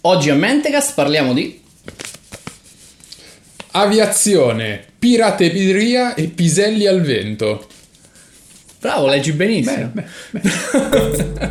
Oggi a Mentecast parliamo di aviazione, pirateria e piselli al vento. Bravo, leggi benissimo. Bene.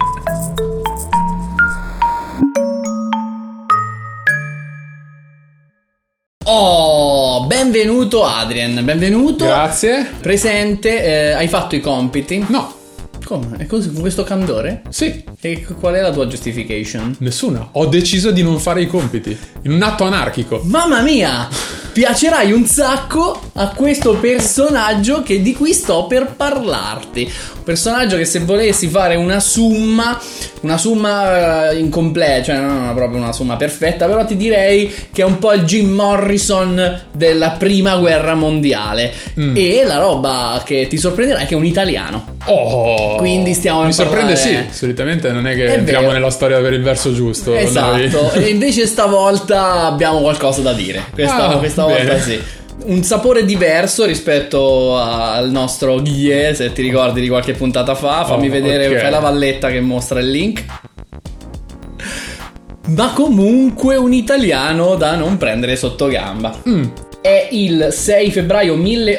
Oh, benvenuto Adrian, benvenuto. Grazie. Presente, hai fatto i compiti? No. Come? E così, con questo candore? Sì. E qual è la tua justification? Nessuna. Ho deciso di non fare i compiti. In un atto anarchico. Mamma mia! Piacerai un sacco a questo personaggio di cui sto per parlarti. Un personaggio che, se volessi fare una somma incompleta, cioè non proprio una somma perfetta, però ti direi che è un po' il Jim Morrison della prima guerra mondiale. E la roba che ti sorprenderà è che è un italiano. Oh! Quindi stiamo Mi sorprende, parlare... sì. Solitamente non è che È entriamo vero. nella storia per il verso giusto. Esatto. Noi. E invece stavolta abbiamo qualcosa da dire. Questa volta bene. sì. Un sapore diverso rispetto al nostro Ghie, se ti ricordi di qualche puntata fa. Fammi vedere, ok. fai la valletta che mostra il link. Ma comunque un italiano da non prendere sotto gamba. È il 6 febbraio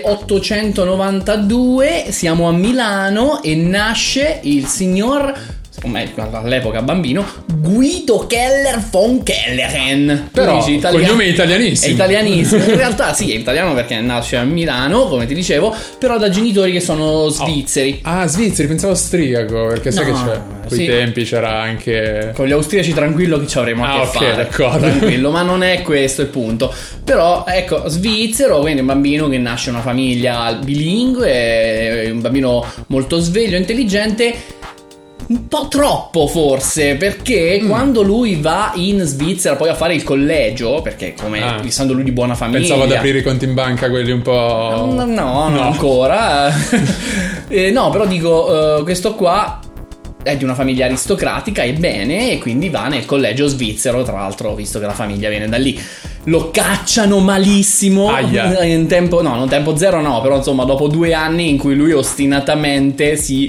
1892, siamo a Milano e nasce il signor, all'epoca bambino, Guido Keller von Kelleren. Però il cognome è italianissimo. È italianissimo. In realtà sì, è italiano perché nasce a Milano, come ti dicevo, però da genitori che sono svizzeri. Ah, svizzeri, pensavo austriaco, perché sai No, che c'è. Quei sì. tempi c'era anche... Con gli austriaci tranquillo che ci avremo a che ok, fare. d'accordo. Tranquillo, ma non è questo il punto. Però ecco, svizzero, quindi un bambino che nasce in una famiglia bilingue, un bambino molto sveglio, intelligente. Un po' troppo forse, perché quando lui va in Svizzera poi a fare il collegio, perché come essendo lui di buona famiglia, Pensavo ad aprire i conti in banca, quelli un po'... no, non ancora. No, però dico, questo qua è di una famiglia aristocratica, ebbene, e quindi va nel collegio svizzero, tra l'altro, visto che la famiglia viene da lì. Lo cacciano malissimo. Aia. In tempo, no, non tempo zero, no, però insomma dopo 2 anni in cui lui ostinatamente si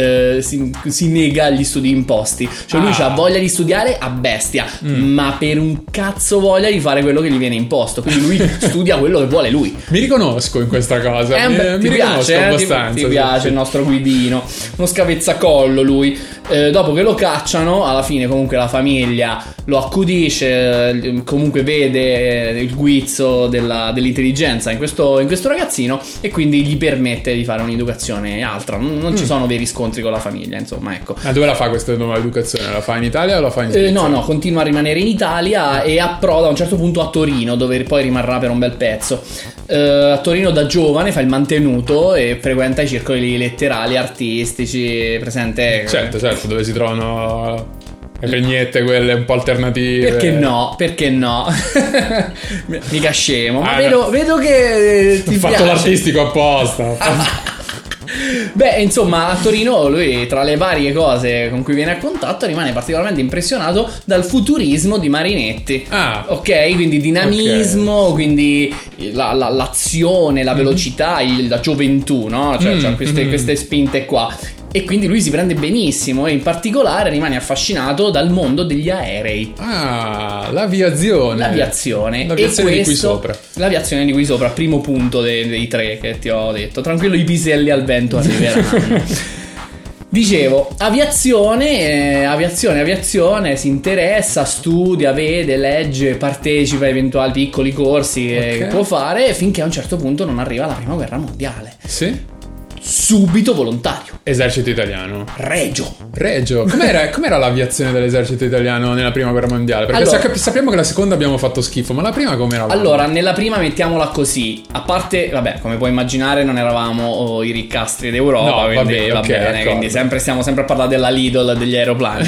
nega agli studi imposti. Cioè lui ha voglia di studiare a bestia, ma per un cazzo voglia di fare quello che gli viene imposto. Quindi lui studia quello che vuole lui. Mi riconosco in questa cosa. Ti riconosco piace, abbastanza. ti piace sì. il nostro Guidino. Uno scavezzacollo lui. Dopo che lo cacciano, alla fine comunque la famiglia lo accudisce, comunque vede il guizzo dell'intelligenza in questo ragazzino, e quindi gli permette di fare un'educazione altra. Non ci sono veri scontri con la famiglia, insomma, ecco. Ma dove la fa questa nuova educazione? La fa in Italia o la fa in Svizzera? No, continua a rimanere in Italia e approda a un certo punto a Torino, dove poi rimarrà per un bel pezzo. A Torino da giovane fa il mantenuto e frequenta i circoli letterali, artistici, presente. Certo, dove si trovano regnette, quelle un po' alternative. Perché no? Mica scemo. Ma no. vedo che ti Ho fatto piace. l'artistico apposta. Beh, insomma, a Torino lui, tra le varie cose con cui viene a contatto, rimane particolarmente impressionato dal futurismo di Marinetti. Ok, quindi dinamismo, quindi l'azione, la velocità, la gioventù, no? Cioè c'ha queste spinte qua. E quindi lui si prende benissimo e in particolare rimane affascinato dal mondo degli aerei. L'aviazione. L'aviazione di qui sopra. L'aviazione di qui sopra, primo punto dei 3 che ti ho detto. Tranquillo, i piselli al vento arriveranno. Dicevo, aviazione, si interessa, studia, vede, legge, partecipa a eventuali piccoli corsi che può fare, finché a un certo punto non arriva la prima guerra mondiale. Sì. Subito volontario. Esercito italiano. Regio. Com'era l'aviazione dell'esercito italiano nella prima guerra mondiale? Perché Allora, sappiamo che la seconda abbiamo fatto schifo, ma la prima com'era? Allora, nella prima mettiamola così. A parte, vabbè, come puoi immaginare, non eravamo i riccastri d'Europa, No, quindi va bene, quindi stiamo sempre a parlare della Lidl degli aeroplani.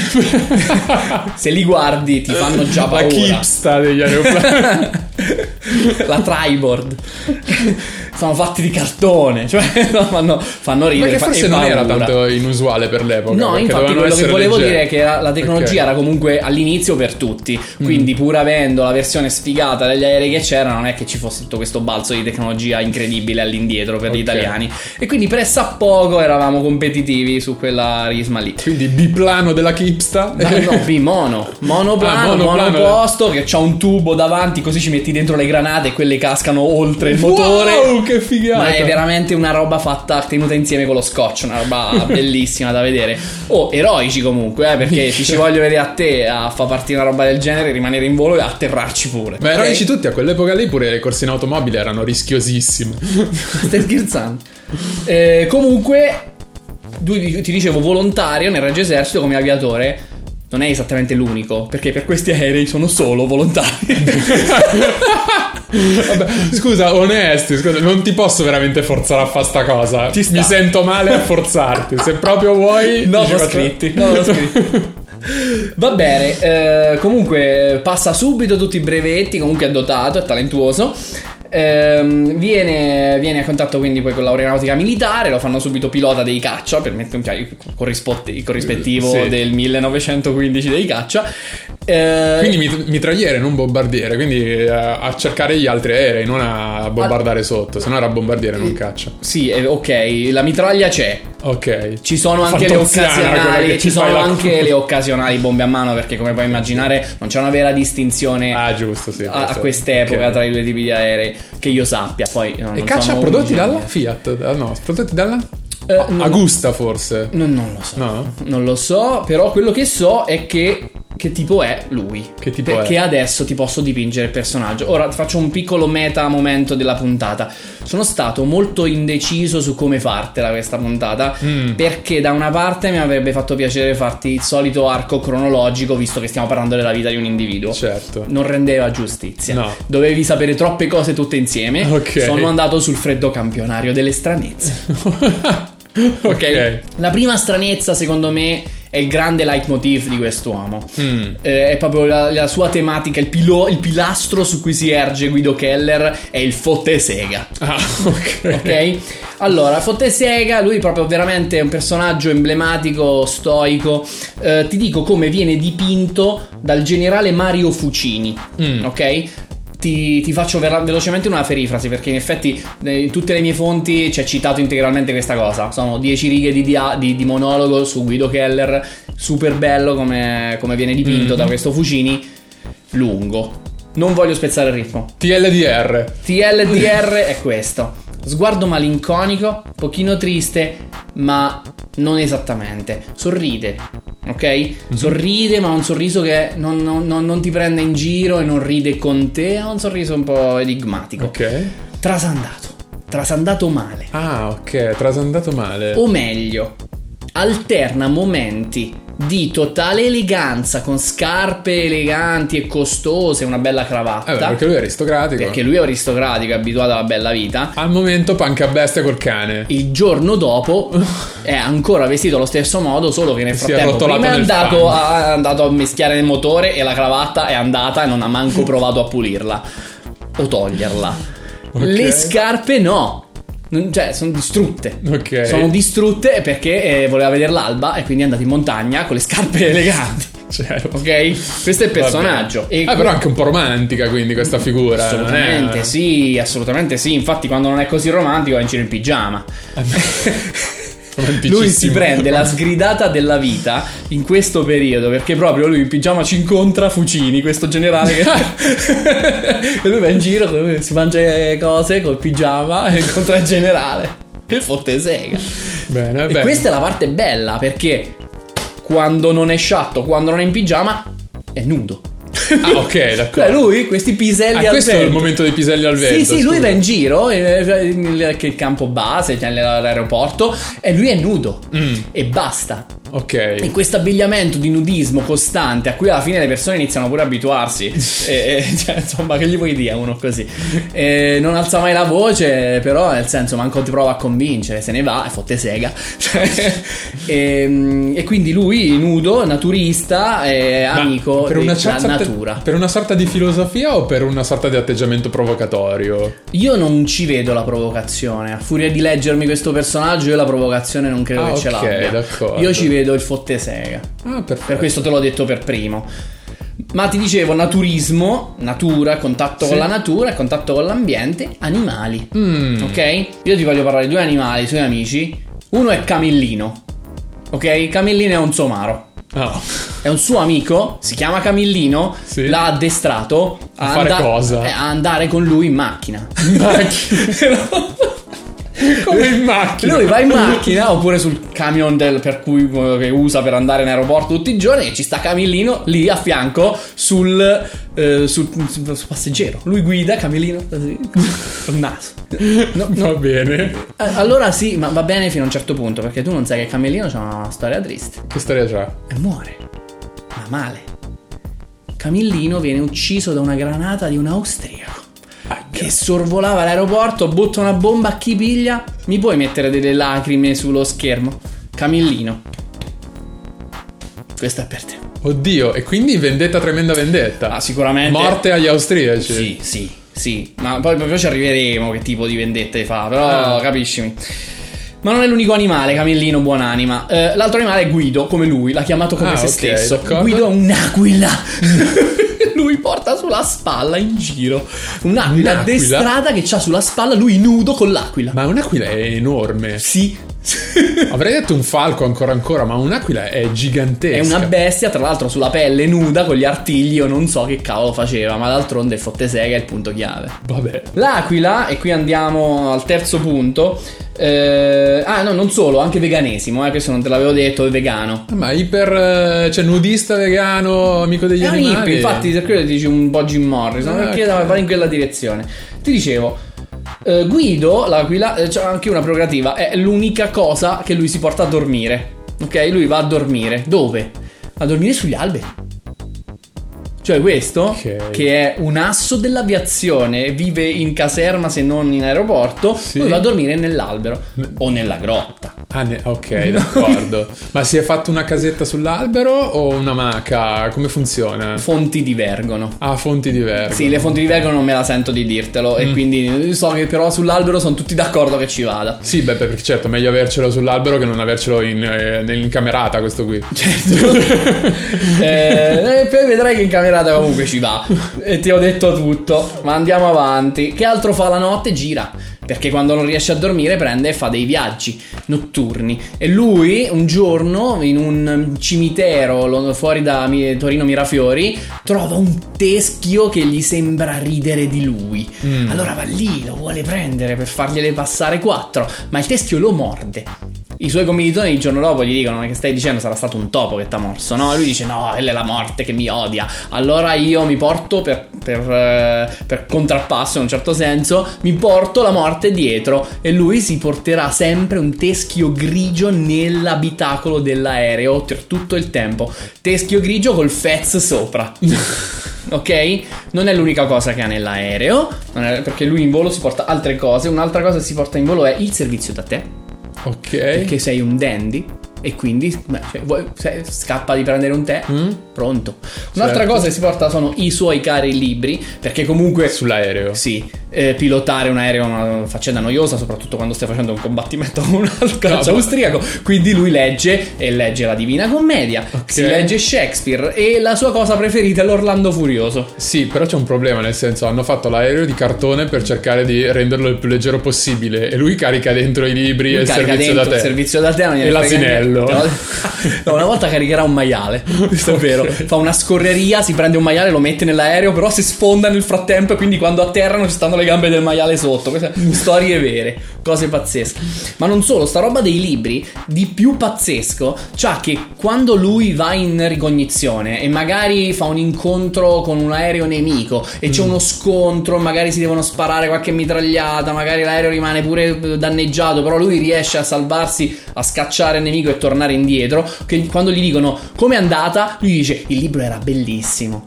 Se li guardi ti fanno già paura. La Kipsta degli aeroplani. La Triboard. sono fatti di cartone, cioè fanno ridere. Perché forse non era tanto inusuale per l'epoca. No, infatti quello che volevo dire è che la tecnologia era comunque all'inizio per tutti, quindi pur avendo la versione sfigata degli aerei che c'era, non è che ci fosse tutto questo balzo di tecnologia incredibile all'indietro per gli italiani, e quindi presso poco eravamo competitivi su quella risma lì. Quindi biplano della Kipsta? No, monoplano, monoposto, che c'ha un tubo davanti, così ci metti dentro le granate e quelle cascano oltre il motore. Wow, che figata! Ma è veramente una roba fatta, tenuta insieme con lo scotch, una roba bellissima da vedere. Eroici comunque, perché ci voglio vedere a te a far partire una roba del genere, rimanere in volo e atterrarci pure. Ma eroici tutti, a quell'epoca lì pure le corse in automobile erano rischiosissime. Stai scherzando? Comunque, ti dicevo, volontario nel Regio Esercito come aviatore. Non è esattamente l'unico, perché per questi aerei sono solo volontari. Vabbè, scusa, non ti posso veramente forzare a fare sta cosa. Mi sento male a forzarti. Se proprio vuoi, non l'ho scritti. Va bene, comunque passa subito tutti i brevetti, comunque è dotato, è talentuoso. Viene a contatto quindi poi con l'aeronautica militare, lo fanno subito pilota dei caccia, per mettere il corrispettivo del 1915 dei caccia. Quindi mitragliere, non bombardiere, quindi a cercare gli altri aerei, non a bombardare sotto, se no era bombardiere, non caccia. Sì, ok, la mitraglia c'è. Ok. Ci sono anche le occasionali bombe a mano, perché come puoi immaginare non c'è una vera distinzione giusto, sì, a quest'epoca tra i due tipi di aerei che io sappia. Poi e caccia prodotti dalla Fiat? No, prodotti dalla Agusta forse? Non lo so. No? Non lo so, però quello che so è che tipo è lui. Che tipo perché è? Adesso ti posso dipingere il personaggio. Ora ti faccio un piccolo meta momento della puntata. Sono stato molto indeciso su come fartela questa puntata, perché da una parte mi avrebbe fatto piacere farti il solito arco cronologico, visto che stiamo parlando della vita di un individuo. Certo. Non rendeva giustizia. No. Dovevi sapere troppe cose tutte insieme. Ok. Sono andato sul freddo campionario delle stranezze. Ok. La prima stranezza, secondo me, è il grande leitmotiv di quest'uomo. È proprio la sua tematica, il pilastro su cui si erge Guido Keller è il fottesega. Ok. Allora, fottesega, lui proprio veramente è un personaggio emblematico, stoico. Ti dico come viene dipinto dal generale Mario Fucini. Ok. Ti faccio velocemente una perifrasi, perché in effetti in tutte le mie fonti c'è citato integralmente questa cosa. Sono 10 righe di monologo su Guido Keller, super bello come viene dipinto da questo Fucini, lungo. Non voglio spezzare il ritmo. TLDR è questo: sguardo malinconico, pochino triste, ma non esattamente. Sorride, ok? Sorride, ma un sorriso che non ti prende in giro e non ride con te. È un sorriso un po' enigmatico. Ok. Trasandato male. Ok, trasandato male. O meglio, alterna momenti di totale eleganza, con scarpe eleganti e costose, una bella cravatta. Perché lui è aristocratico. È abituato alla bella vita. Al momento panca a bestia col cane. Il giorno dopo è ancora vestito allo stesso modo, solo che nel frattempo prima è andato a mischiare nel motore, e la cravatta è andata e non ha manco provato a pulirla o toglierla. Okay. Le scarpe no. Cioè, sono distrutte. Ok. Sono distrutte perché voleva vedere l'alba, e quindi è andato in montagna con le scarpe eleganti. Certo. Ok? Questo è il personaggio. Però anche un po' romantica, quindi, questa figura. Assolutamente sì, assolutamente sì. Infatti, quando non è così romantico, va in giro in pigiama. Lui si prende la sgridata della vita in questo periodo, perché proprio lui in pigiama ci incontra Fucini, questo generale e lui va in giro, si mangia cose col pigiama e incontra il generale, il fottesega. Bene. E questa è la parte bella, perché quando non è sciatto, quando non è in pigiama, è nudo. Ok, d'accordo. Lui questi piselli al vento. Questo è il momento dei piselli al vento. Sì, lui va in giro nel campo base, cioè nell'aeroporto, e lui è nudo e basta. Ok. E questo abbigliamento di nudismo costante, a cui alla fine le persone iniziano pure a abituarsi. Cioè, insomma, che gli vuoi dire a uno così? Non alza mai la voce, però nel senso manco ti prova a convincere, se ne va e fotte sega. E quindi lui nudo, naturista, amico per una della natura. Per una sorta di filosofia o per una sorta di atteggiamento provocatorio? Io non ci vedo la provocazione. A furia di leggermi questo personaggio, io la provocazione non credo che ce l'abbia. D'accordo. Io ci vedo il fotte sega. Per questo te l'ho detto per primo. Ma ti dicevo, naturismo, natura, contatto con la natura, contatto con l'ambiente, animali. Ok? Io ti voglio parlare di due animali, i suoi amici. Uno è Camillino. Ok? Camillino è un somaro. È un suo amico, si chiama Camillino, l'ha addestrato a fare cosa? A andare con lui in macchina. Come in macchina? Lui va in macchina oppure sul camion per cui che usa per andare in aeroporto tutti i giorni, e ci sta Camillino lì a fianco sul passeggero. Lui guida, Camillino col naso. Va bene. Allora sì, ma va bene fino a un certo punto, perché tu non sai che Camillino c'ha una storia triste. Che storia c'ha? E muore. Ma male. Camillino viene ucciso da una granata di un austriaco che sorvolava l'aeroporto, butta una bomba, a chi piglia? Mi puoi mettere delle lacrime sullo schermo? Camillino. Questo è per te. Oddio, e quindi vendetta, tremenda vendetta. Sicuramente. Morte agli austriaci. Sì. Ma poi ci arriveremo che tipo di vendette fa, però capiscimi. Ma non è l'unico animale, Camillino, buonanima. L'altro animale è Guido, come lui, l'ha chiamato come se stesso. D'accordo. Guido è un'aquila. Lui porta sulla spalla in giro un'aquila addestrata che c'ha sulla spalla, lui nudo con l'aquila. Ma un'aquila è enorme. Sì. Avrei detto un falco ancora, ma un'aquila è gigantesca. È una bestia, tra l'altro sulla pelle nuda con gli artigli. Io non so che cavolo faceva, ma d'altronde fotte sega è il punto chiave. Vabbè. L'aquila, e qui andiamo al terzo punto. No, non solo, anche veganesimo, questo non te l'avevo detto, è vegano. Ma cioè nudista, vegano, amico degli animali. Hippie, infatti per quello ti dici un po' Jim Morrison, perché va in quella direzione. Ti dicevo, Guido, l'aquila, c'ha anche una prerogativa, è l'unica cosa che lui si porta a dormire. Ok, lui va a dormire. Dove? A dormire sugli alberi. Cioè questo, che è un asso dell'aviazione, vive in caserma se non in aeroporto, lui va a dormire nell'albero o nella grotta. Ok, d'accordo. Ma si è fatto una casetta sull'albero o una maca? Come funziona? Fonti divergono. Fonti divergono. Sì, le fonti divergono, non me la sento di dirtelo. E quindi so che però sull'albero sono tutti d'accordo che ci vada. Sì, perché certo, meglio avercelo sull'albero che non avercelo in camerata, questo qui. Certo. Poi vedrai che in camerata comunque ci va. E ti ho detto tutto. Ma andiamo avanti. Che altro fa la notte? Gira. Perché quando non riesce a dormire prende e fa dei viaggi notturni. E lui un giorno in un cimitero fuori da Torino Mirafiori trova un teschio che gli sembra ridere di lui. Allora va lì, lo vuole prendere per fargliele passare 4, ma il teschio lo morde. I suoi commilitoni il giorno dopo gli dicono: ma che stai dicendo, sarà stato un topo che t'ha morso, no? E lui dice: no, è la morte che mi odia. Allora io mi porto per contrappasso, in un certo senso, mi porto la morte dietro. E lui si porterà sempre un teschio grigio nell'abitacolo dell'aereo per tutto il tempo. Teschio grigio col Fez sopra. Ok? Non è l'unica cosa che ha nell'aereo, perché lui in volo si porta altre cose. Un'altra cosa che si porta in volo è il servizio da te. Ok. Perché sei un dandy e quindi scappa di prendere un tè, pronto. Un'altra cosa che si porta sono i suoi cari libri, perché comunque sull'aereo. Sì. Pilotare un aereo è una faccenda noiosa, soprattutto quando stai facendo un combattimento con un caccia austriaco. Quindi lui legge la Divina Commedia, si legge Shakespeare, e la sua cosa preferita è l'Orlando Furioso. Sì, però c'è un problema, nel senso, hanno fatto l'aereo di cartone per cercare di renderlo il più leggero possibile, e lui carica dentro i libri e il servizio da te e l'asinello. No, una volta caricherà un maiale, questo è vero. Fa una scorreria, si prende un maiale, lo mette nell'aereo, però si sfonda nel frattempo, e quindi quando atterrano ci stanno le le gambe del maiale sotto. Queste storie vere, cose pazzesche. Ma non solo, sta roba dei libri, di più pazzesco, cioè che quando lui va in ricognizione e magari fa un incontro con un aereo nemico e c'è uno scontro, magari si devono sparare qualche mitragliata, magari l'aereo rimane pure danneggiato, però lui riesce a salvarsi, a scacciare il nemico e tornare indietro, che quando gli dicono com'è andata, lui dice il libro era bellissimo.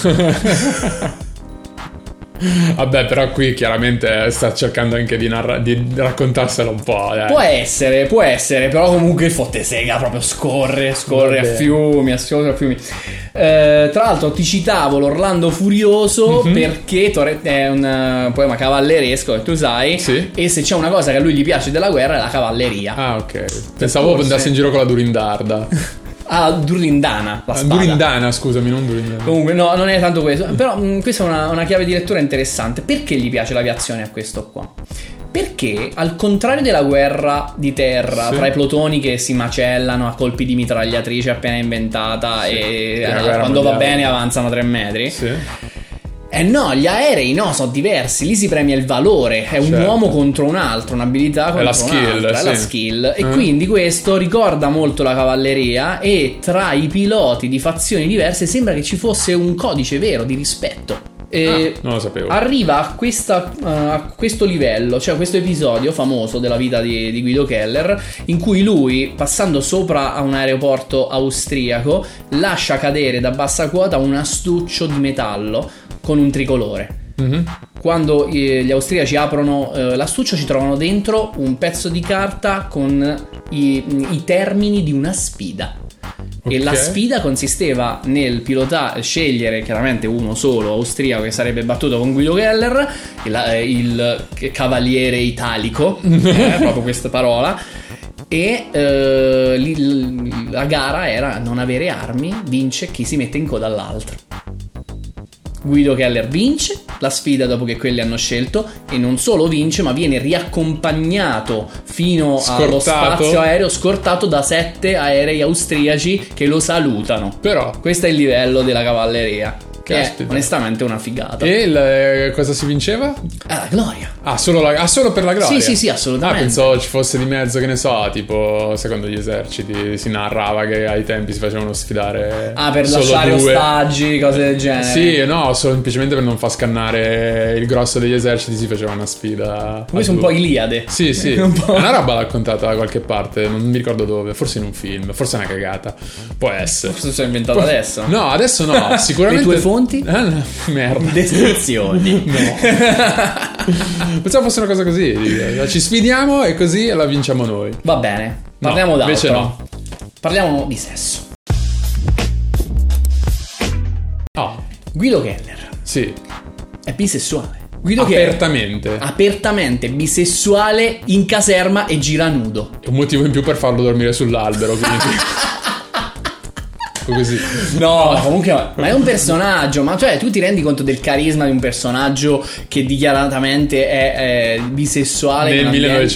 Vabbè, però qui chiaramente sta cercando anche di raccontarsela un po'. Può essere, però comunque il fotte sega proprio scorre a fiumi. Tra l'altro ti citavo l'Orlando Furioso perché è un poema cavalleresco che tu sai, sì. E se c'è una cosa che a lui gli piace della guerra è la cavalleria. Ah, ok. Pensavo andasse in giro con la Durindarda. Durindana, la spada. Durindana, scusami, non Durindana. Comunque no, non è tanto questo. Però questa è una chiave di lettura interessante. Perché gli piace l'aviazione a questo qua? Perché al contrario della guerra di terra, sì, tra i plotoni che si macellano a colpi di mitragliatrice appena inventata, sì, e quando va bene avanzano 3 metri, sì. No, gli aerei sono diversi, lì si premia il valore, è un uomo contro un altro, un'abilità contro un'altra, è la skill. E quindi questo ricorda molto la cavalleria, e tra i piloti di fazioni diverse sembra che ci fosse un codice vero di rispetto. Non lo sapevo. Arriva a questo livello, cioè questo episodio famoso della vita di Guido Keller, in cui lui, passando sopra a un aeroporto austriaco, lascia cadere da bassa quota un astuccio di metallo con un tricolore. Quando gli austriaci aprono l'astuccio, ci trovano dentro un pezzo di carta con i termini di una sfida. Okay. E la sfida consisteva nel scegliere chiaramente uno solo austriaco che sarebbe battuto con Guido Keller, il cavaliere italico, proprio questa parola. E la gara era non avere armi, vince chi si mette in coda all'altro. Guido Keller vince la sfida dopo che quelli hanno scelto, e non solo vince, ma viene riaccompagnato fino allo spazio aereo, scortato da 7 aerei austriaci che lo salutano. Però questo è il livello della cavalleria, che è onestamente una figata. E cosa si vinceva? La gloria. Solo per la gloria? Sì, assolutamente. Pensavo ci fosse di mezzo, che ne so, tipo secondo gli eserciti si narrava che ai tempi si facevano sfidare per lasciare 2 ostaggi, cose del genere. Sì, no, semplicemente per non far scannare il grosso degli eserciti si faceva una sfida. Questo è un po' Iliade. Sì una roba raccontata da qualche parte, non mi ricordo dove, forse in un film, forse è una cagata, può essere. Forse si è inventato adesso. No, adesso no, sicuramente. Le tue fonti? Merda. Descrizioni. No. Pensavo fosse una cosa così. Ci sfidiamo e così la vinciamo noi. Va bene, parliamo d'altro. Invece no. Parliamo di sesso. Guido Keller. Sì. È bisessuale. Guido apertamente bisessuale, in caserma e gira nudo. È un motivo in più per farlo dormire sull'albero, quindi. Così. No, comunque, ma è un personaggio. Ma cioè, tu ti rendi conto del carisma di un personaggio che dichiaratamente è bisessuale nel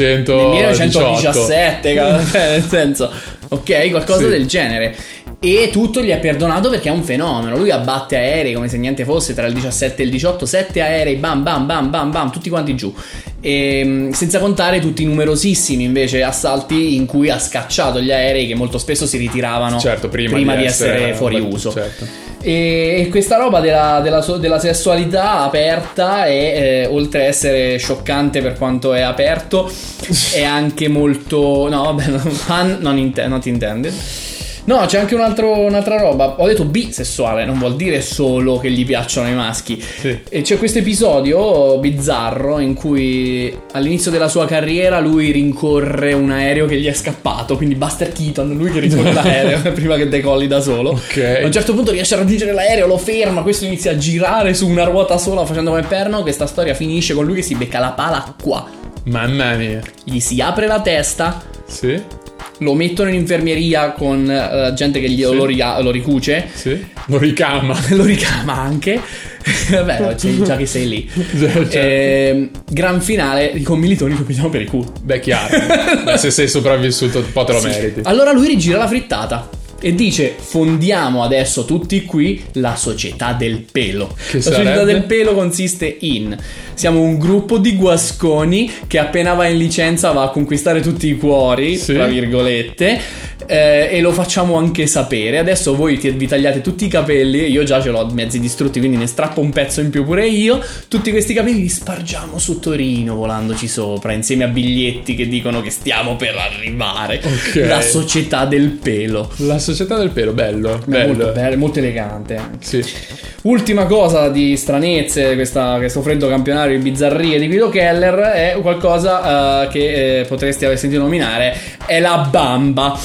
1917, nel senso, ok, qualcosa del genere. E tutto gli è perdonato perché è un fenomeno. Lui abbatte aerei come se niente fosse. Tra il 17 e il 18, 7 aerei, bam bam bam bam bam, tutti quanti giù. E senza contare tutti i numerosissimi invece assalti in cui ha scacciato gli aerei, che molto spesso si ritiravano, certo, prima di essere fuori uso. Certo. E questa roba della sessualità aperta è, oltre a essere scioccante per quanto è aperto, è anche molto, no vabbè, not intended. No, c'è anche un'altra roba. Ho detto bisessuale, non vuol dire solo che gli piacciono i maschi. Sì. E c'è questo episodio bizzarro in cui all'inizio della sua carriera lui rincorre un aereo che gli è scappato. Quindi Buster Keaton, lui che rincorre l'aereo prima che decolli da solo. Ok. A un certo punto riesce a raggiungere l'aereo, lo ferma, questo inizia a girare su una ruota sola facendo come perno. Questa storia finisce con lui che si becca la pala qua. Mamma mia. Gli si apre la testa. Sì. Lo mettono in infermieria con gente che lo ricuce. Sì. Lo ricama. Lo ricama anche. Vabbè, già che sei lì. Certo. Gran finale di commilitoni che prendiamo per il culo. Beh, chiaro. Se sei sopravvissuto un po' te lo meriti. Allora lui rigira la frittata e dice: fondiamo adesso tutti qui la società del pelo. Che la società del pelo consiste in siamo un gruppo di guasconi che appena va in licenza va a conquistare tutti i cuori, tra virgolette, e lo facciamo anche sapere. Adesso voi vi tagliate tutti i capelli, io già ce l'ho mezzi distrutti, quindi ne strappo un pezzo in più pure io. Tutti questi capelli li spargiamo su Torino volandoci sopra, insieme a biglietti che dicono che stiamo per arrivare. La società del pelo. La società del pelo, bello. Molto bello, molto elegante anche. Sì. Ultima cosa di stranezze, questo freddo campionario di bizzarrie di Guido Keller è qualcosa che potresti aver sentito nominare, è la bamba.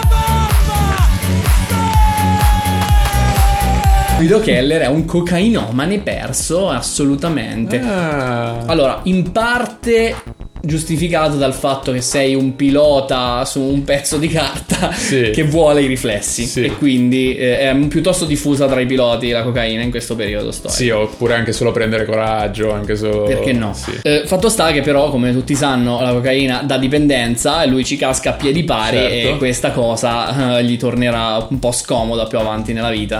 Guido Keller è un cocainomane perso, assolutamente. Allora, in parte giustificato dal fatto che sei un pilota su un pezzo di carta che vuole i riflessi, e quindi è piuttosto diffusa tra i piloti la cocaina in questo periodo storico. Sì, oppure anche solo prendere coraggio, anche solo... Perché no? Fatto sta che però, come tutti sanno, la cocaina dà dipendenza e lui ci casca a piedi pari, e questa cosa gli tornerà un po' scomoda più avanti nella vita.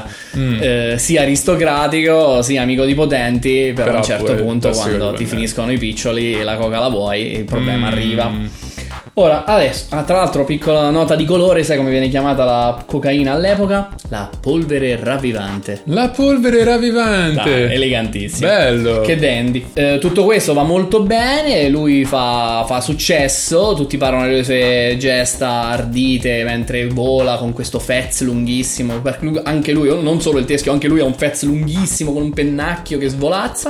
Sia aristocratico sia amico di potenti, però a un certo punto, quando ti finiscono i piccioli, la coca la vuoi, il problema arriva. Ora, adesso, tra l'altro, piccola nota di colore, sai come viene chiamata la cocaina all'epoca? La polvere ravvivante. La polvere ravvivante! Elegantissimo. Bello! Che dandy. Tutto questo va molto bene, lui fa successo, tutti parlano delle sue gesta ardite mentre vola con questo fez lunghissimo, perché anche lui, non solo il teschio, anche lui ha un fez lunghissimo con un pennacchio che svolazza.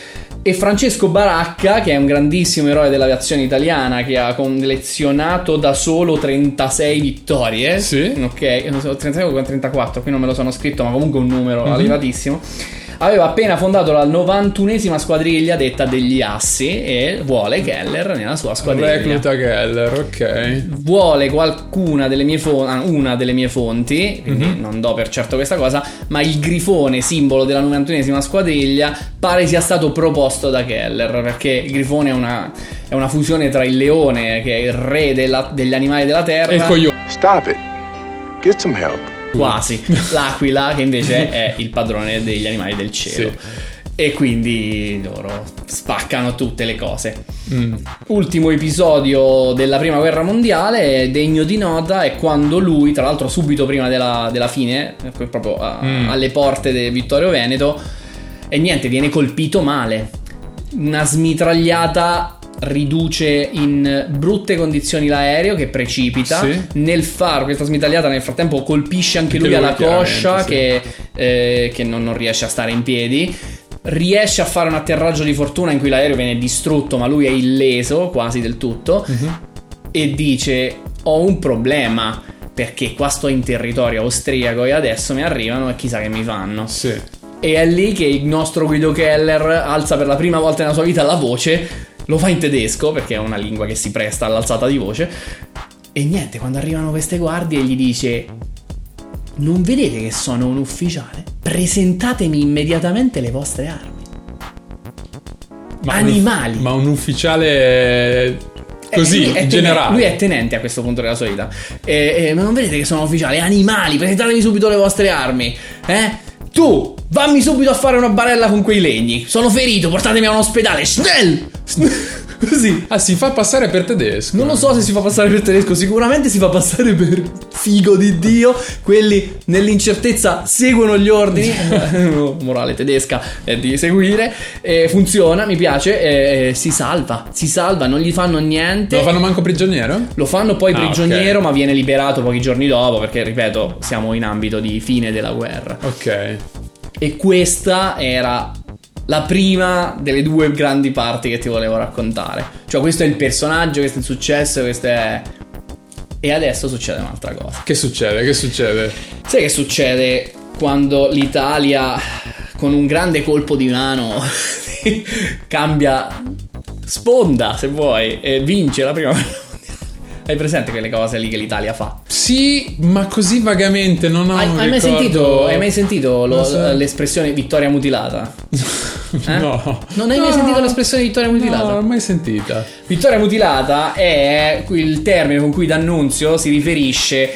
E Francesco Baracca, che è un grandissimo eroe dell'aviazione italiana, che ha collezionato da solo 36 vittorie. Ok, 36 o 34, qui non me lo sono scritto, ma comunque un numero elevatissimo. Aveva appena fondato la 91esima squadriglia detta degli Assi e vuole Keller nella sua squadriglia. Recluta Keller, ok. Vuole una delle mie fonti, quindi non do per certo questa cosa, ma il grifone, simbolo della 91esima squadriglia, pare sia stato proposto da Keller, perché il grifone è una fusione tra il leone, che è il re degli animali della terra, e il coglione. Stop it. Get some help. Quasi. L'aquila, che invece è il padrone degli animali del cielo. E quindi loro spaccano tutte le cose. Ultimo episodio della prima guerra mondiale degno di nota è quando lui, tra l'altro subito prima della fine, proprio alle porte del Vittorio Veneto, e niente, viene colpito male. Una smitragliata riduce in brutte condizioni l'aereo, che precipita nel faro. Questa smitragliata nel frattempo colpisce anche lui alla coscia, che non riesce a stare in piedi. Riesce a fare un atterraggio di fortuna in cui l'aereo viene distrutto, ma lui è illeso quasi del tutto. E dice: ho un problema, perché qua sto in territorio austriaco e adesso mi arrivano e chissà che mi fanno. E è lì che il nostro Guido Keller alza per la prima volta nella sua vita la voce. Lo fa in tedesco, perché è una lingua che si presta all'alzata di voce. E niente, quando arrivano queste guardie gli dice: non vedete che sono un ufficiale? Presentatemi immediatamente le vostre armi. Animali. Ma un ufficiale così, in generale. Lui è tenente a questo punto della sua vita. Ma non vedete che sono ufficiali? Animali, presentatemi subito le vostre armi. Tu, vammi subito a fare una barella con quei legni. Sono ferito, portatemi a un ospedale. Schnell! Così. Si fa passare per tedesco. Non lo so se si fa passare per tedesco. Sicuramente si fa passare per figo di Dio. Quelli nell'incertezza seguono gli ordini. Morale tedesca è di seguire. Funziona, mi piace. Si salva, non gli fanno niente. Lo fanno manco prigioniero? Lo fanno poi prigioniero, ma viene liberato pochi giorni dopo, perché ripeto, siamo in ambito di fine della guerra. Ok. E questa era la prima delle due grandi parti che ti volevo raccontare. Cioè, questo è il personaggio, questo è il successo, questo è... E adesso succede un'altra cosa. Che succede? Sai che succede quando l'Italia, con un grande colpo di mano, cambia sponda, se vuoi, e vince la prima guerra mondiale? Hai presente quelle cose lì che l'Italia fa? Sì, ma così vagamente, non ho Hai mai sentito l'espressione vittoria mutilata? No. Non hai mai sentito l'espressione vittoria mutilata? No, non l'ho mai sentita. Vittoria mutilata è il termine con cui D'Annunzio si riferisce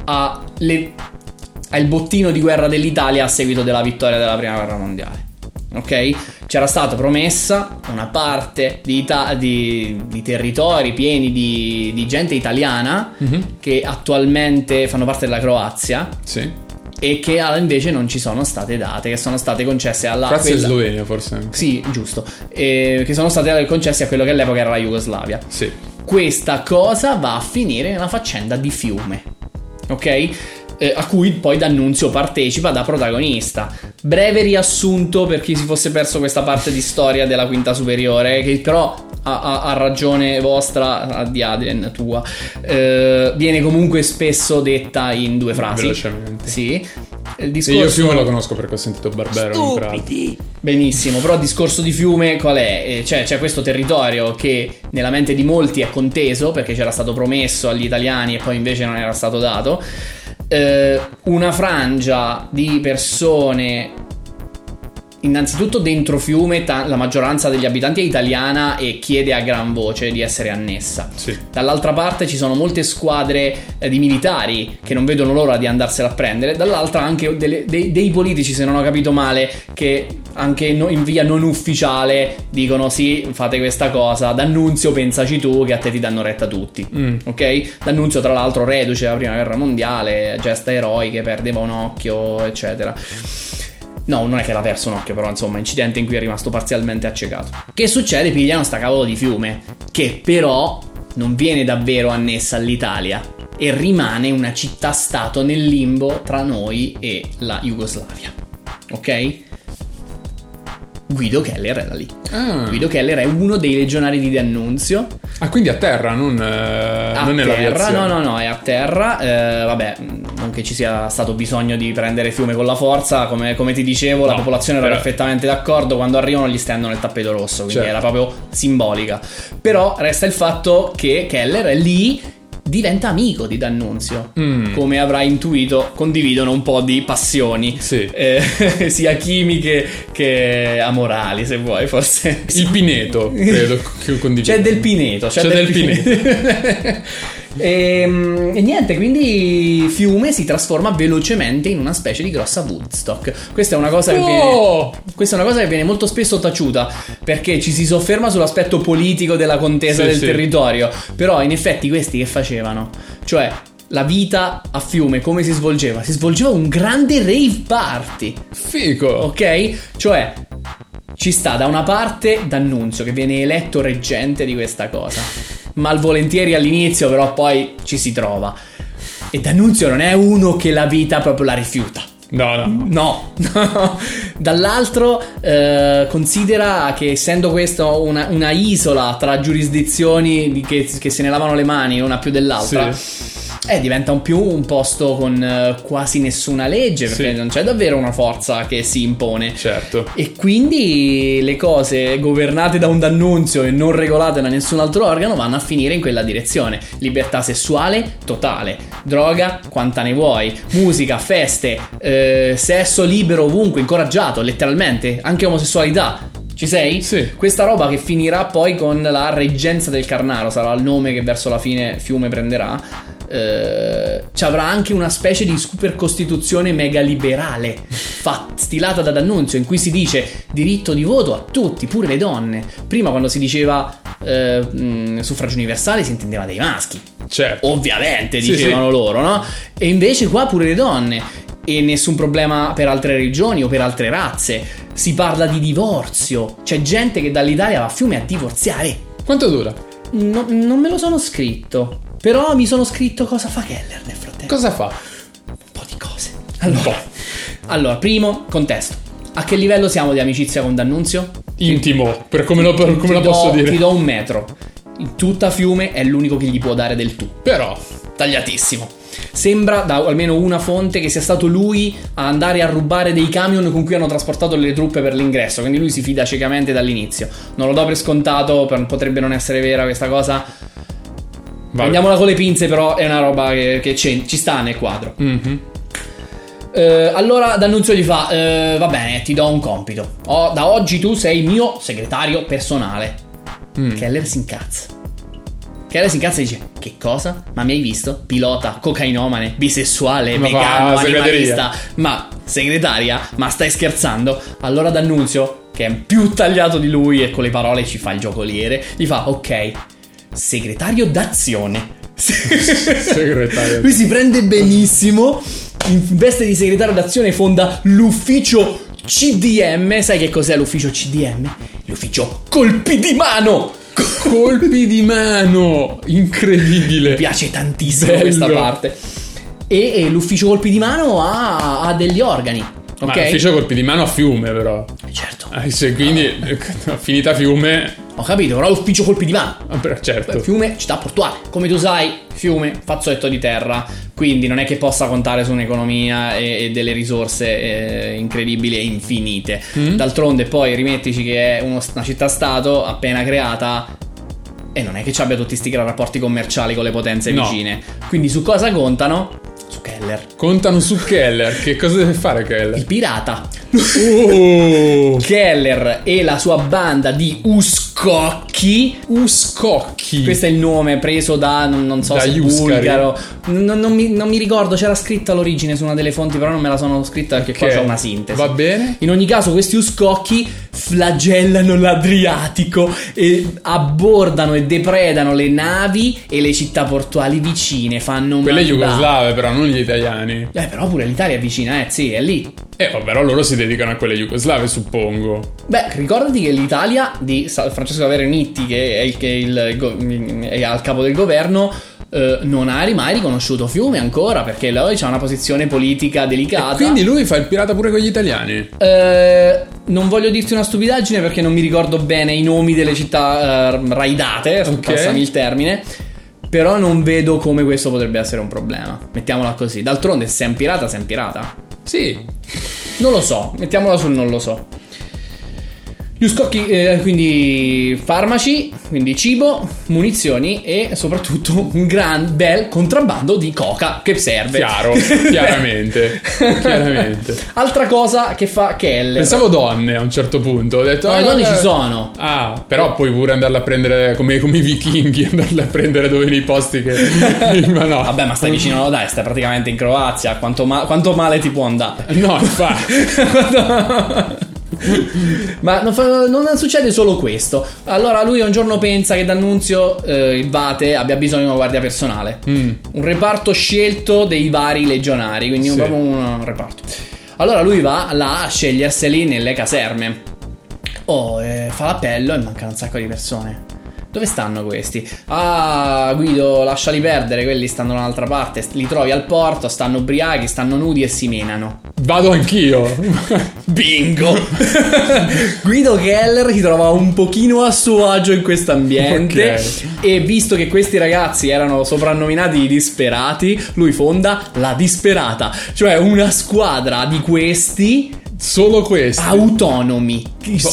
al bottino di guerra dell'Italia a seguito della vittoria della prima guerra mondiale. ok? C'era stata promessa una parte di territori pieni di gente italiana che attualmente fanno parte della Croazia. Sì. E che invece non ci sono state date, che sono state concesse alla Croazia e Slovenia forse anche. Sì, giusto, che sono state concesse a quello che all'epoca era la Jugoslavia. Sì. Questa cosa va a finire nella faccenda di Fiume, ok? A cui poi D'Annunzio partecipa da protagonista. Breve riassunto per chi si fosse perso questa parte di storia della quinta superiore, che però ha ragione vostra, di Adrien tua, viene comunque spesso detta in 2 frasi. Velocemente. Sì. Il discorso... Io Fiume lo conosco perché ho sentito Barbero. Stupidi. Benissimo, però il discorso di Fiume qual è? C'è questo territorio che nella mente di molti è conteso perché c'era stato promesso agli italiani e poi invece non era stato dato. Una frangia di persone, innanzitutto dentro Fiume la maggioranza degli abitanti è italiana e chiede a gran voce di essere annessa. Sì. Dall'altra parte ci sono molte squadre di militari che non vedono l'ora di andarsela a prendere. Dall'altra anche dei politici, se non ho capito male, che anche in via non ufficiale dicono sì, fate questa cosa. D'Annunzio, pensaci tu che a te ti danno retta tutti. Ok? D'Annunzio tra l'altro reduce della prima guerra mondiale, gesta eroiche, perdeva un occhio eccetera. No, non è che l'ha perso un occhio, però insomma, incidente in cui è rimasto parzialmente accecato. Che succede? Pigliano sta cavolo di Fiume, che però non viene davvero annessa all'Italia e rimane una città-stato nel limbo tra noi e la Jugoslavia. Ok? Guido Keller era lì. Guido Keller è uno dei legionari di D'Annunzio. Ah, quindi a terra, non nell'aviazione. No, è a terra. Vabbè, non che ci sia stato bisogno di prendere Fiume con la forza. Come ti dicevo, la popolazione era perfettamente d'accordo. Quando arrivano gli stendono il tappeto rosso, quindi era proprio simbolica. Però resta il fatto che Keller è lì, diventa amico di D'Annunzio. Come avrai intuito, condividono un po' di passioni, sì. Sia chimiche che amorali, se vuoi, forse. Il Pineto, credo che condivido. C'è del Pineto. E niente, quindi Fiume si trasforma velocemente in una specie di grossa Woodstock. Questa è una cosa che viene molto spesso taciuta, perché ci si sofferma sull'aspetto politico della contesa del territorio. Però in effetti questi che facevano? Cioè, la vita a Fiume come si svolgeva? Si svolgeva un grande rave party. Figo. Ok? Cioè, ci sta da una parte D'Annunzio che viene eletto reggente di questa cosa, malvolentieri all'inizio, però poi ci si trova. E D'Annunzio non è uno che la vita proprio la rifiuta. No. Dall'altro considera che, essendo questo una isola tra giurisdizioni che se ne lavano le mani una più dell'altra, diventa un posto con quasi nessuna legge, perché non c'è davvero una forza che si impone. Certo. E quindi le cose governate da un D'Annunzio e non regolate da nessun altro organo vanno a finire in quella direzione. Libertà sessuale totale, droga quanta ne vuoi, musica, feste, sesso libero ovunque, incoraggiato letteralmente, anche omosessualità. Ci sei? Sì. Questa roba che finirà poi con la reggenza del Carnaro, sarà il nome che verso la fine Fiume prenderà. Ci avrà anche una specie di super costituzione mega liberale stilata da D'Annunzio, in cui si dice diritto di voto a tutti, pure le donne. Prima, quando si diceva suffragio universale, si intendeva dei maschi, certo, ovviamente dicevano loro, no? E invece qua pure le donne. E nessun problema per altre regioni o per altre razze. Si parla di divorzio. C'è gente che dall'Italia va a Fiume a divorziare. Quanto dura? Non me lo sono scritto, però mi sono scritto cosa fa Keller nel frattempo. Cosa fa? Un po' di cose. Allora, primo contesto: a che livello siamo di amicizia con D'Annunzio? Intimo, per come la posso dire. Ti do 1 metro. In tutta Fiume è l'unico che gli può dare del tu. Però tagliatissimo. Sembra, da almeno una fonte, che sia stato lui a andare a rubare dei camion con cui hanno trasportato le truppe per l'ingresso. Quindi lui si fida ciecamente dall'inizio. Non lo do per scontato, potrebbe non essere vera questa cosa. Prendiamola con le pinze, però è una roba che ci sta nel quadro. Allora D'Annunzio gli fa va bene, ti do un compito. Da oggi tu sei mio segretario personale. Keller si incazza e dice: che cosa? Ma mi hai visto? Pilota, cocainomane, bisessuale, vegano, animalista. Ma segretaria? Ma stai scherzando? Allora D'Annunzio che è più tagliato di lui e con le parole ci fa il giocoliere, gli fa: ok, segretario d'azione. Segretario. Lui si prende benissimo, in veste di segretario d'azione fonda l'ufficio CDM. Sai che cos'è l'ufficio CDM? L'ufficio colpi di mano. Colpi di mano, incredibile. Mi piace tantissimo questa parte. E l'ufficio colpi di mano ha degli organi. Ma okay? l'ufficio colpi di mano a Fiume, però. Certo. Quindi finita Fiume. Ho capito, però l'ufficio colpi di mano. Però certo. Fiume, città portuale. Come tu sai, Fiume, fazzoletto di terra. Quindi non è che possa contare su un'economia e delle risorse incredibili e infinite. D'altronde poi rimettici che è una città-stato appena creata. E non è che ci abbia tutti sti gran rapporti commerciali con le potenze vicine. Quindi su cosa contano? Su Keller. Contano su Keller. Che cosa deve fare Keller? Il pirata. Oh. Keller e la sua banda di uscocchi. Uscocchi. Questo è il nome preso da non so da se Iuscari. bulgaro. Non mi ricordo, c'era scritta all'origine su una delle fonti, però non me la sono scritta perché qua c'è una sintesi. Va bene. In ogni caso questi uscocchi flagellano l'Adriatico e abbordano e depredano le navi e le città portuali vicine. Fanno quelle jugoslave, però non gli italiani. Però pure l'Italia è vicina, sì, è lì. Però loro si dedicano a quelle jugoslave, suppongo. Beh, ricordati che l'Italia di Francesco Saverio Nitti, che è al capo del governo, non ha mai riconosciuto Fiume ancora, perché lui ha una posizione politica delicata. E quindi lui fa il pirata pure con gli italiani? Non voglio dirti una stupidaggine perché non mi ricordo bene i nomi delle città raidate, passami il termine. Però non vedo come questo potrebbe essere un problema. Mettiamola così. D'altronde, se sei un pirata, sei un pirata. Sì. Non lo so, mettiamola sul non lo so. Gli uscocchi, quindi farmaci, quindi cibo, munizioni e soprattutto un gran bel contrabbando di coca che serve. Chiaro, chiaramente. Altra cosa che fa Keller. Pensavo donne a un certo punto. Ho detto, no, le donne ci sono. Però puoi pure andarle a prendere come i vichinghi, andarle a prendere dove nei posti che... ma no. Vabbè, ma stai vicino, dai, stai praticamente in Croazia. Quanto male ti può andare? No, infatti. Ma non succede solo questo. Allora lui un giorno pensa che D'Annunzio, il Vate, abbia bisogno di una guardia personale, un reparto scelto dei vari legionari, quindi proprio un reparto. Allora lui va là a sceglierseli nelle caserme. Fa l'appello e mancano un sacco di persone. Dove stanno questi? Guido, lasciali perdere, quelli stanno da un'altra parte. Li trovi al porto, stanno ubriachi, stanno nudi e si menano. Vado anch'io. Bingo. Guido Keller si trova un pochino a suo agio in questo ambiente, e visto che questi ragazzi erano soprannominati i disperati, lui fonda la Disperata, cioè una squadra di questi, solo questi autonomi,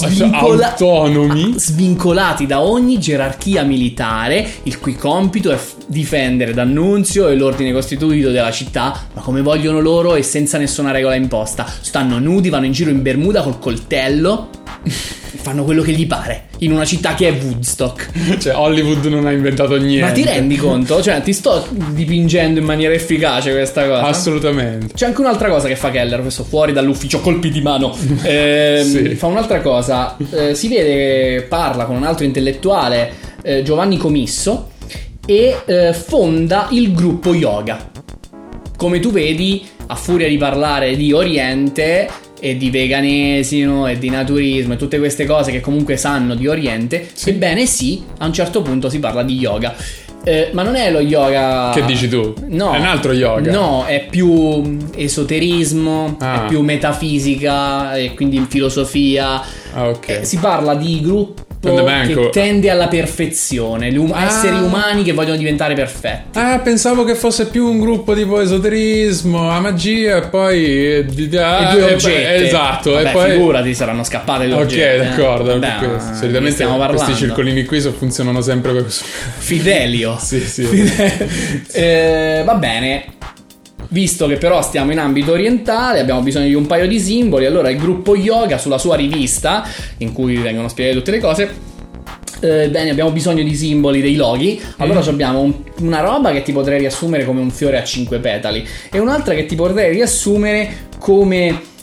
svincolati da ogni gerarchia militare, il cui compito è difendere D'Annunzio e l'ordine costituito della città, ma come vogliono loro e senza nessuna regola imposta. Stanno nudi, vanno in giro in bermuda col coltello, fanno quello che gli pare in una città che è Woodstock. Cioè Hollywood non ha inventato niente. Ma ti rendi conto? Cioè ti sto dipingendo in maniera efficace questa cosa? Assolutamente. C'è anche un'altra cosa che fa Keller, questo fuori dall'ufficio colpi di mano. Fa un'altra cosa. Si vede che parla con un altro intellettuale, Giovanni Comisso, e fonda il gruppo yoga. Come tu vedi, a furia di parlare di Oriente e di veganesimo e di naturismo e tutte queste cose che comunque sanno di Oriente, ebbene sì, a un certo punto si parla di yoga. Ma non è lo yoga che dici tu? No, è un altro yoga. No, è più esoterismo, è più metafisica e quindi filosofia. Si parla di gruppo che tende alla perfezione, esseri umani che vogliono diventare perfetti. Pensavo che fosse più un gruppo tipo esoterismo, magia e poi due oggetti. Esatto. Vabbè, e poi vabbè, saranno scappate gli oggetti. Ok, d'accordo. Solitamente questi circolini qui funzionano sempre così. Fidelio. Sì. Va bene. Visto che però stiamo in ambito orientale, abbiamo bisogno di un paio di simboli. Allora il gruppo yoga, sulla sua rivista in cui vengono spiegate tutte le cose, bene, abbiamo bisogno di simboli, dei loghi. Allora abbiamo una roba che ti potrei riassumere come un fiore a 5 petali e un'altra che ti potrei riassumere come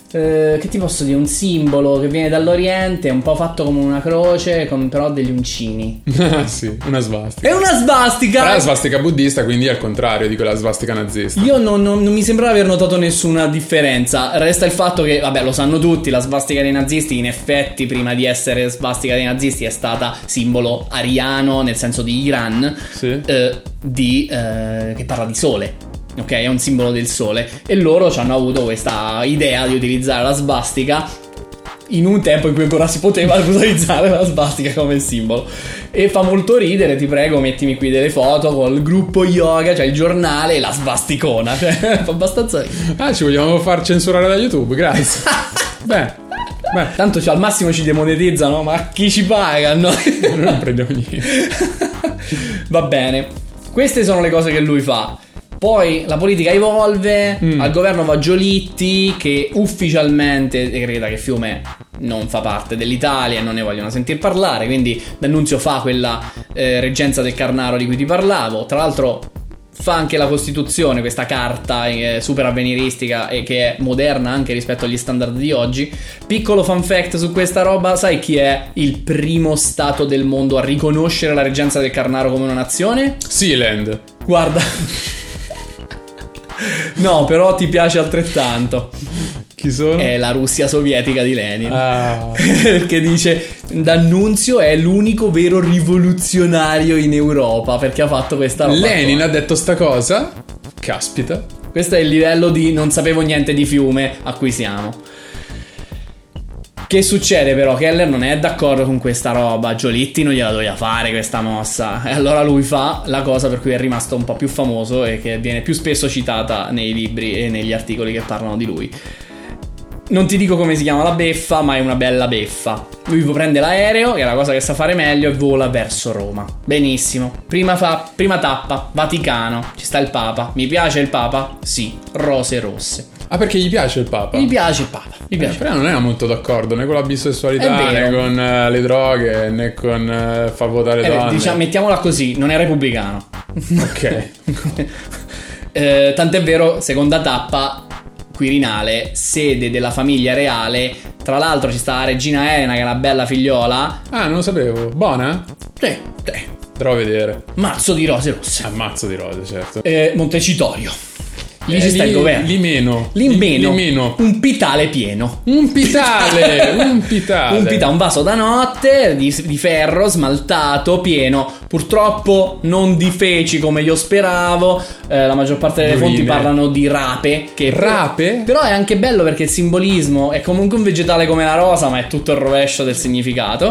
che ti posso dire, un simbolo che viene dall'Oriente, un po' fatto come una croce, con però degli uncini. Ah sì, una svastica. È una svastica! Però è la svastica buddista, quindi è al contrario di quella svastica nazista. Io non mi sembrava aver notato nessuna differenza. Resta il fatto che, vabbè, lo sanno tutti, la svastica dei nazisti in effetti prima di essere svastica dei nazisti è stata simbolo ariano, nel senso di Iran, sì. Che parla di sole. Ok, è un simbolo del sole. E loro ci hanno avuto questa idea di utilizzare la svastica in un tempo in cui ancora si poteva utilizzare la svastica come simbolo. E fa molto ridere, ti prego, mettimi qui delle foto col gruppo yoga, cioè il giornale e la svasticona. Cioè, fa abbastanza ridere. Ah, ci vogliamo far censurare da YouTube, grazie. Beh, tanto al massimo ci demonetizzano, ma chi ci paga? No? Non prendiamo niente. Va bene, queste sono le cose che lui fa. Poi la politica evolve, al governo va Giolitti, che ufficialmente decreta che Fiume non fa parte dell'Italia e non ne vogliono sentir parlare, quindi D'Annunzio fa quella reggenza del Carnaro di cui ti parlavo. Tra l'altro fa anche la Costituzione, questa carta super avveniristica e che è moderna anche rispetto agli standard di oggi. Piccolo fun fact su questa roba: sai chi è il primo stato del mondo a riconoscere la reggenza del Carnaro come una nazione? Sealand. Guarda. No, però ti piace altrettanto. Chi sono? È la Russia sovietica di Lenin. Ah. Perché dice D'Annunzio è l'unico vero rivoluzionario in Europa, perché ha fatto questa roba. Lenin ha detto sta cosa? Caspita. Questo è il livello di non sapevo niente di Fiume a cui siamo. Che succede però? Keller non è d'accordo con questa roba. Giolitti non gliela doveva fare questa mossa. E allora lui fa la cosa per cui è rimasto un po' più famoso e che viene più spesso citata nei libri e negli articoli che parlano di lui. Non ti dico come si chiama la beffa, ma è una bella beffa. Lui prende l'aereo, che è la cosa che sa fare meglio, e vola verso Roma. Benissimo. Prima tappa, Vaticano. Ci sta il Papa. Mi piace il Papa? Sì. Rose rosse. Ah, perché gli piace il Papa? Gli piace il Papa. Però non era molto d'accordo né con la bisessualità, né con le droghe, né con far votare donne. Diciamo, mettiamola così, non è repubblicano. Ok. Tant'è vero, seconda tappa, Quirinale, sede della famiglia reale. Tra l'altro ci sta la regina Elena, che è una bella figliola. Ah, non lo sapevo. Buona? Sì. Andrò a vedere. Mazzo di rose rosse. Mazzo di rose, certo. Montecitorio. Lì ci sta il governo. Lì meno. Un pitale pieno. Un pitale. Un vaso da notte di ferro smaltato pieno. Purtroppo non di feci come io speravo. La maggior parte delle fonti parlano di rape. Rape? Però è anche bello perché il simbolismo è comunque un vegetale come la rosa, ma è tutto il rovescio del significato.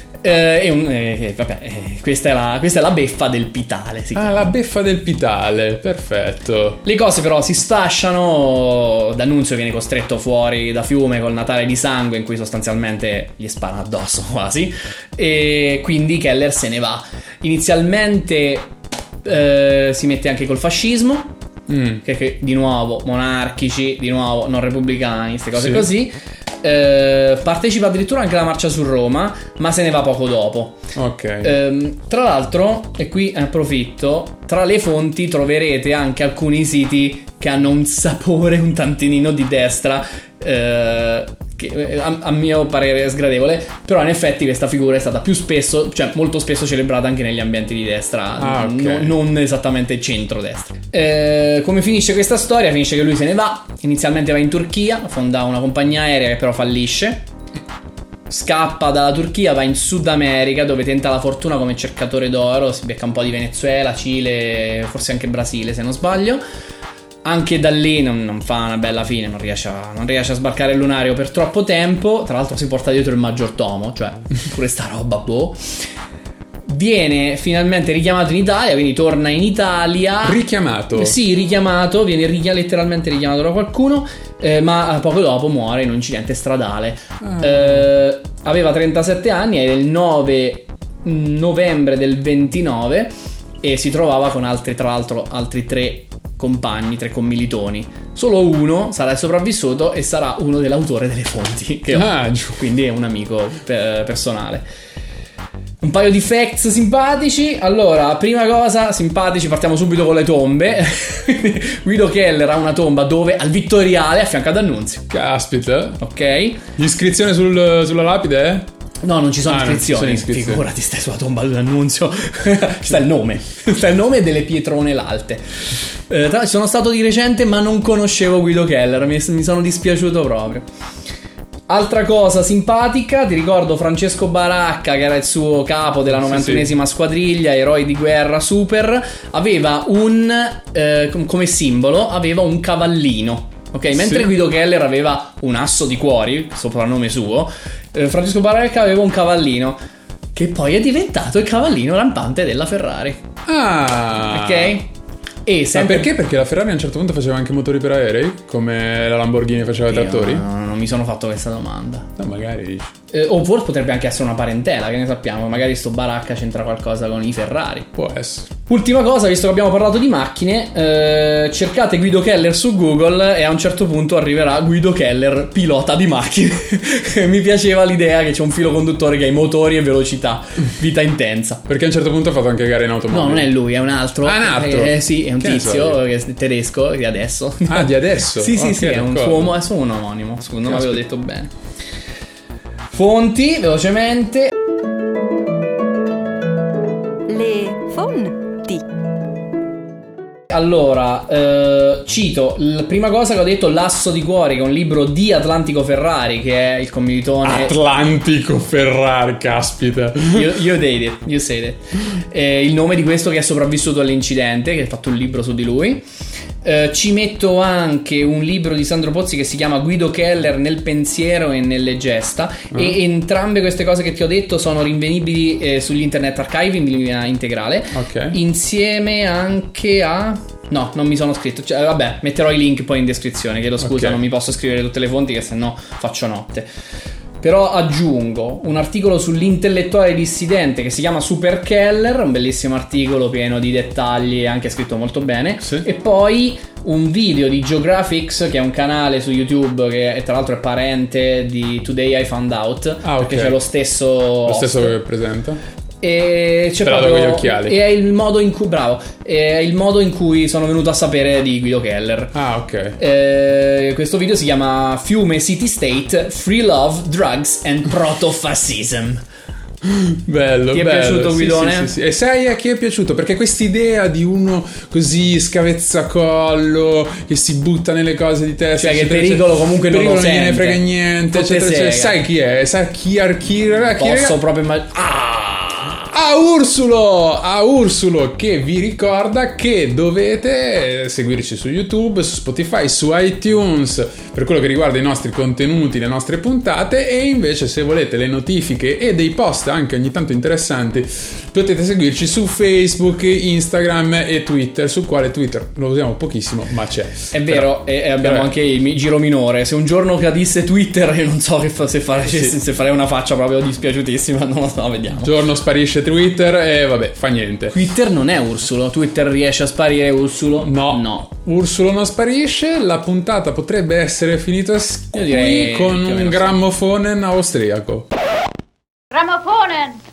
Questa è la beffa del pitale. La beffa del pitale, perfetto. Le cose però si sfasciano. D'Annunzio viene costretto fuori da Fiume col Natale di sangue, in cui sostanzialmente gli sparano addosso quasi. E quindi Keller se ne va. Inizialmente si mette anche col fascismo. Che di nuovo monarchici, di nuovo non repubblicani, queste cose così. Partecipa addirittura anche alla marcia su Roma, ma se ne va poco dopo. Ok. Tra l'altro, e qui approfitto, tra le fonti troverete anche alcuni siti che hanno un sapore un tantinino di destra, che a mio parere è sgradevole. Però in effetti questa figura è stata più spesso, cioè molto spesso celebrata anche negli ambienti di destra, non esattamente centro-destra. Come finisce questa storia? Finisce che lui se ne va. Inizialmente va in Turchia, fonda una compagnia aerea che però fallisce. Scappa dalla Turchia, va in Sud America, dove tenta la fortuna come cercatore d'oro. Si becca un po' di Venezuela, Cile, forse anche Brasile se non sbaglio. Anche da lì non fa una bella fine, non riesce a sbarcare il lunario per troppo tempo. Tra l'altro si porta dietro il maggiordomo, cioè pure sta roba, boh. Viene finalmente richiamato in Italia, quindi torna in Italia. Richiamato? Sì, richiamato, viene letteralmente richiamato da qualcuno, ma poco dopo muore in un incidente stradale. Aveva 37 anni, è il 9 novembre del 29 e si trovava con altri 3 compagni, 3 commilitoni. Solo uno sarà il sopravvissuto e sarà uno dell'autore delle fonti che quindi è un amico personale. Un paio di facts simpatici. Allora, prima cosa, simpatici, partiamo subito con le tombe. Guido Keller ha una tomba dove? Al Vittoriale, a fianco ad Annunzio. Caspita. Ok. L'iscrizione sulla lapide? No, non ci sono iscrizioni. Figurati, stai sulla tomba dell'Annunzio. Sta il nome. Sta il nome delle pietrone lalte. Sono stato di recente, ma non conoscevo Guido Keller. Mi sono dispiaciuto proprio. Altra cosa simpatica, ti ricordo Francesco Baracca, che era il suo capo della 91esima squadriglia, eroi di guerra super, aveva come simbolo, aveva un cavallino. Ok, mentre Guido Keller aveva un asso di cuori, soprannome suo, Francesco Baracca aveva un cavallino, che poi è diventato il cavallino rampante della Ferrari. Ok? E sempre... perché? Perché la Ferrari a un certo punto faceva anche motori per aerei, come la Lamborghini faceva i trattori? Non mi sono fatto questa domanda. No, magari dici. O forse potrebbe anche essere una parentela, che ne sappiamo. Magari sto Baracca c'entra qualcosa con i Ferrari. Può essere. Ultima cosa, visto che abbiamo parlato di macchine, cercate Guido Keller su Google e a un certo punto arriverà Guido Keller pilota di macchine. Mi piaceva l'idea che c'è un filo conduttore che ha i motori e velocità, vita intensa. Perché a un certo punto ha fatto anche gare in automobile. No, non è lui, è un altro. Ah, un altro? Sì, è un tizio che è tedesco di adesso. Ah, di adesso? Sì, è un suo, è solo un omonimo, secondo me avevo detto bene. Fonti, velocemente. Le fonti. Allora, cito la prima cosa che ho detto, L'asso di cuori, che è un libro di Atlantico Ferrari, che è il commilitone. Atlantico Ferrari, caspita. You said it. Il nome di questo che è sopravvissuto all'incidente, che ha fatto un libro su di lui. Ci metto anche un libro di Sandro Pozzi che si chiama Guido Keller nel pensiero e nelle gesta, e entrambe queste cose che ti ho detto sono rinvenibili sugli Internet Archive in linea integrale, insieme anche a... No, non mi sono scritto, cioè, vabbè, metterò i link poi in descrizione, chiedo scusa, non mi posso scrivere tutte le fonti che sennò faccio notte. Però aggiungo un articolo sull'intellettuale dissidente che si chiama Super Keller, un bellissimo articolo pieno di dettagli e anche scritto molto bene, e poi un video di Geographics, che è un canale su YouTube che tra l'altro è parente di Today I Found Out, perché c'è lo stesso che presenta. E c'è proprio con gli occhiali. E è il modo in cui è il modo in cui sono venuto a sapere di Guido Keller. Questo video si chiama Fiume City State, Free Love, Drugs and Proto-Fascism. Bello. Ti è piaciuto, Guidone? Sì. E sai a chi è piaciuto? Perché quest'idea di uno così scavezzacollo che si butta nelle cose di testa, cioè che il pericolo comunque non lo sente, non gliene frega niente, eccetera. Sai chi è? Sai chi posso proprio immaginare. A Ursulo, che vi ricorda che dovete seguirci su YouTube, su Spotify, su iTunes per quello che riguarda i nostri contenuti, le nostre puntate, e invece se volete le notifiche e dei post anche ogni tanto interessanti potete seguirci su Facebook, Instagram e Twitter, sul quale Twitter lo usiamo pochissimo, ma c'è. È vero, e abbiamo anche il giro minore. Se un giorno cadisse Twitter, io non so se farei una faccia proprio dispiaciutissima, non lo so, vediamo. Un giorno sparisce Twitter e vabbè, fa niente. Twitter non è Ursulo. Twitter riesce a sparire Ursulo? No. Ursulo non sparisce. La puntata potrebbe essere finita qui con un grammofonen austriaco. Grammofonen!